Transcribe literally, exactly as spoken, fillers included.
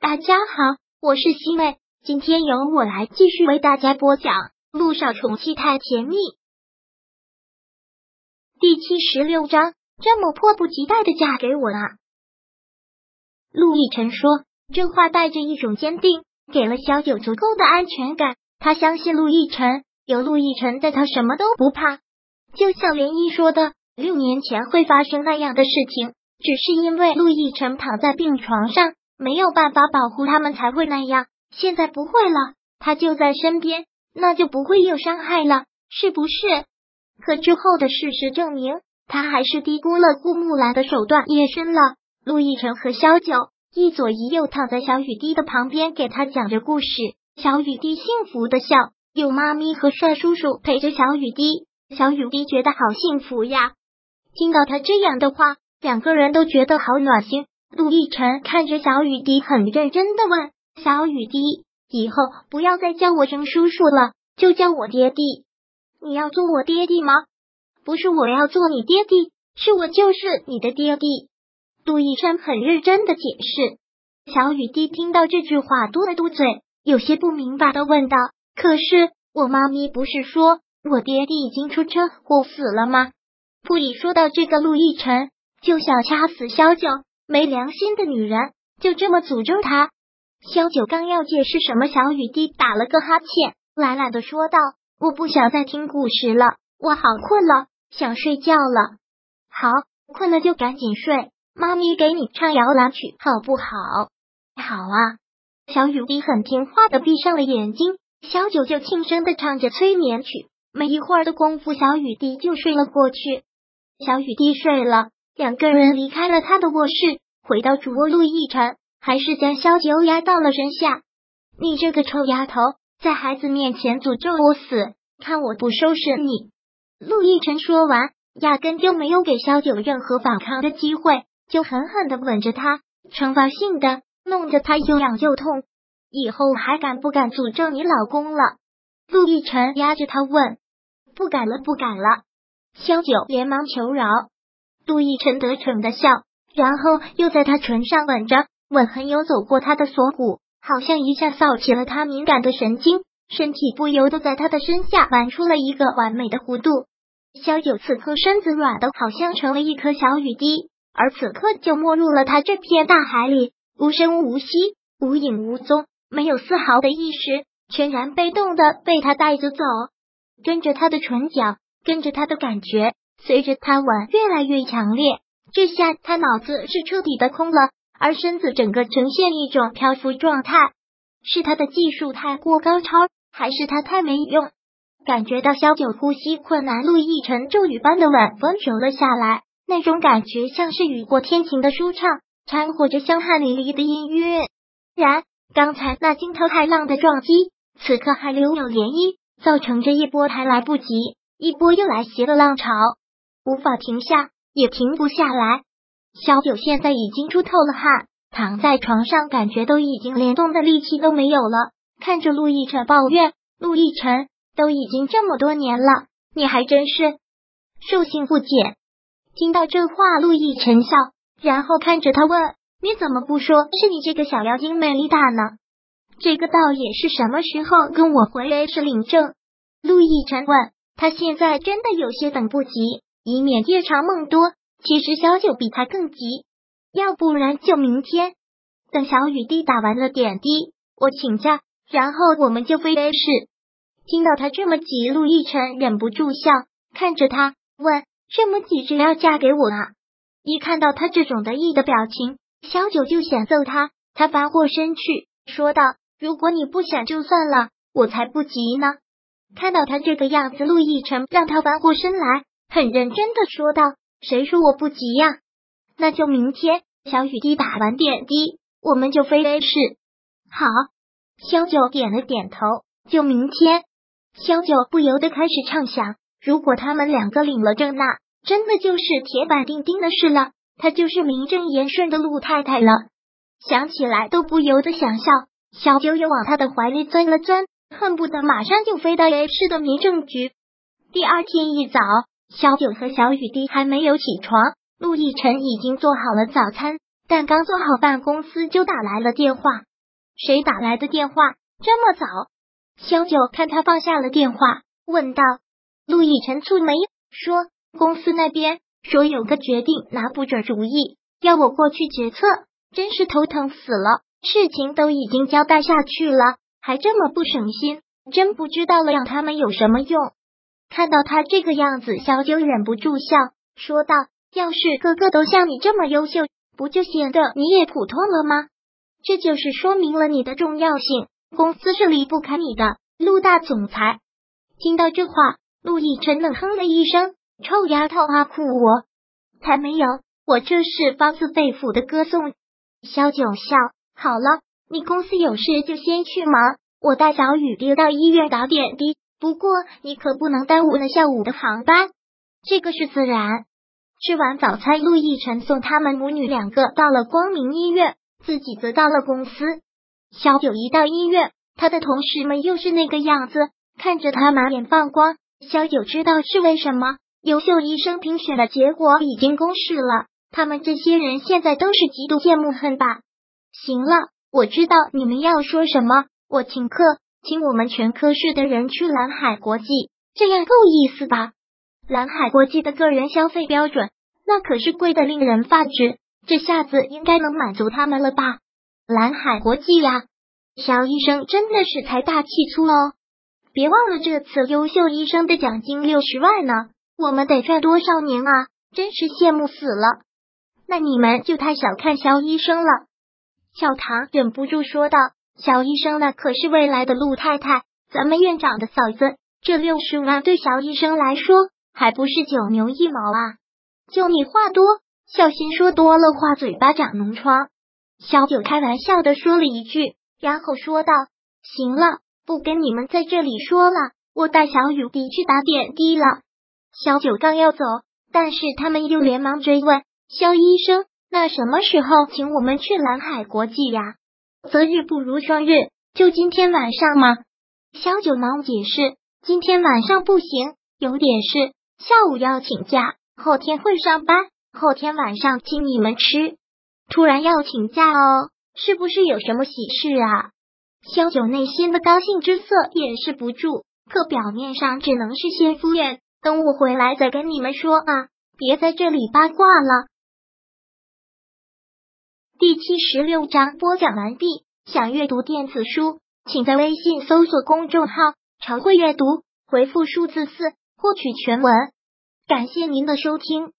大家好，我是西妹，今天由我来继续为大家播讲《陆少宠妻太甜蜜》第七十六章，这么迫不及待的嫁给我啊！陆亦辰说，这话带着一种坚定，给了小九足够的安全感。他相信陆亦辰，有陆亦辰在，他什么都不怕。就像涟漪说的，六年前会发生那样的事情，只是因为陆亦辰躺在病床上，没有办法保护他们才会那样。现在不会了，他就在身边，那就不会有伤害了，是不是？可之后的事实证明，他还是低估了顾木兰的手段也深了。陆亦辰和萧九一左一右躺在小雨滴的旁边，给他讲着故事。小雨滴幸福的笑，有妈咪和帅叔叔陪着小雨滴，小雨滴觉得好幸福呀。听到他这样的话，两个人都觉得好暖心。陆亦辰看着小雨滴，很认真的问小雨滴，以后不要再叫我声叔叔了，就叫我爹地。你要做我爹地吗？不是我要做你爹地，是我就是你的爹地。陆亦辰很认真的解释。小雨滴听到这句话嘟了嘟嘴，有些不明白的问道，可是我妈咪不是说我爹地已经出车祸死了吗？不理说到这个，陆亦辰就想掐死萧九，没良心的女人，就这么诅咒他。萧九刚要解释什么，小雨滴打了个哈欠，懒懒的说道，我不想再听故事了，我好困了，想睡觉了。好，困了就赶紧睡，妈咪给你唱摇篮曲好不好？好啊。小雨滴很听话的闭上了眼睛，小九就轻声的唱着催眠曲，没一会儿的功夫，小雨滴就睡了过去。小雨滴睡了，两个人离开了他的卧室，回到主卧。陆亦辰还是将萧九压到了身下，你这个臭丫头，在孩子面前诅咒我死，看我不收拾你！陆亦辰说完，压根就没有给萧九任何反抗的机会，就狠狠的吻着他，惩罚性的弄得他又痒又痛。以后还敢不敢诅咒你老公了？陆亦辰压着他问。不敢了，不敢了。萧九连忙求饶。陆亦辰得逞的笑，然后又在他唇上吻着，吻痕游走过他的锁骨，好像一下扫起了他敏感的神经，身体不由得在他的身下玩出了一个完美的弧度。萧九此刻身子软的好像成了一颗小雨滴，而此刻就没入了他这片大海里，无声无息，无影无踪，没有丝毫的意识，全然被动的被他带着走，跟着他的唇角，跟着他的感觉，随着他吻越来越强烈，这下他脑子是彻底的空了，而身子整个呈现一种漂浮状态。是他的技术太过高超，还是他太没用？感觉到萧九呼吸困难，陆亦辰骤雨般的吻温柔了下来，那种感觉像是雨过天晴的舒畅，掺和着香汗淋漓的音乐。然刚才那惊涛骇浪的撞击，此刻还留有涟漪，造成这一波还来不及，一波又来袭的浪潮，无法停下，也停不下来。萧九现在已经出透了汗，躺在床上，感觉都已经连动的力气都没有了。看着陆亦辰抱怨，陆亦辰都已经这么多年了，你还真是兽性不减。听到这话，陆亦辰笑，然后看着他问，你怎么不说是你这个小妖精魅力大呢？这个倒也是什么时候跟我回 A 市领证？陆亦辰问，他现在真的有些等不及，以免夜长梦多。其实小九比他更急，要不然就明天，等小雨滴打完了点滴，我请假，然后我们就飞 A 市。听到他这么急，陆亦辰忍不住笑，看着他问，这么急着要嫁给我啊？一看到他这种得意的表情，小九就想揍他，他翻过身去说道，如果你不想就算了，我才不急呢。看到他这个样子，陆亦辰让他翻过身来，很认真的说道，谁说我不急呀？那就明天小雨滴打完点滴，我们就飞 A 市。好。萧九点了点头，就明天。萧九不由得开始畅想，如果他们两个领了证，那真的就是铁板钉钉的事了，她就是名正言顺的陆太太了。想起来都不由得想笑。萧九又往他的怀里钻了钻，恨不得马上就飞到 A 市的民政局。第二天一早，萧九和小雨滴还没有起床，陆亦辰已经做好了早餐，但刚坐好办公司就打来了电话， 谁打来的电话？这么早？萧九看他放下了电话，问道。陆亦辰蹙眉说，公司那边说有个决定拿不准主意，要我过去决策，真是头疼死了。事情都已经交代下去了，还这么不省心，真不知道了让他们有什么用。看到他这个样子，萧九忍不住笑，说道，要是个个都像你这么优秀，不就显得你也普通了吗？这就是说明了你的重要性，公司是离不开你的，陆大总裁。听到这话，陆亦辰冷哼了一声，臭丫头啊，哭我？才没有，我这是发自肺腑的歌颂。萧九笑，好了，你公司有事就先去忙，我带小雨爹到医院打点滴，不过你可不能耽误了下午的航班。这个是自然。吃完早餐，陆亦辰送他们母女两个到了光明医院，自己则到了公司。萧九一到医院，他的同事们又是那个样子，看着他满眼放光。萧九知道是为什么，优秀医生评选的结果已经公示了，他们这些人现在都是极度羡慕恨吧。行了，我知道你们要说什么，我请客，请我们全科室的人去蓝海国际，这样够意思吧？蓝海国际的个人消费标准，那可是贵的令人发指，这下子应该能满足他们了吧？蓝海国际呀，萧医生真的是财大气粗哦。别忘了这次优秀医生的奖金六十万呢，我们得赚多少年啊，真是羡慕死了。那你们就太小看萧医生了。小唐忍不住说道，萧医生那可是未来的陆太太，咱们院长的嫂子，这六十万对萧医生来说还不是九牛一毛啊。就你话多，小心说多了话嘴巴长脓疮。萧九开玩笑的说了一句，然后说道，行了，不跟你们在这里说了，我带小雨滴去打点滴了。萧九刚要走，但是他们又连忙追问，萧医生，那什么时候请我们去蓝海国际呀？择日不如撞日，就今天晚上吗？萧九忙解释，今天晚上不行，有点事，下午要请假，后天会上班，后天晚上请你们吃。突然要请假哦，是不是有什么喜事啊？萧九内心的高兴之色掩饰不住，可表面上只能是先敷衍，等我回来再跟你们说啊，别在这里八卦了。第七十六章播讲完毕。想阅读电子书，请在微信搜索公众号常会阅读，回复数字四获取全文。感谢您的收听。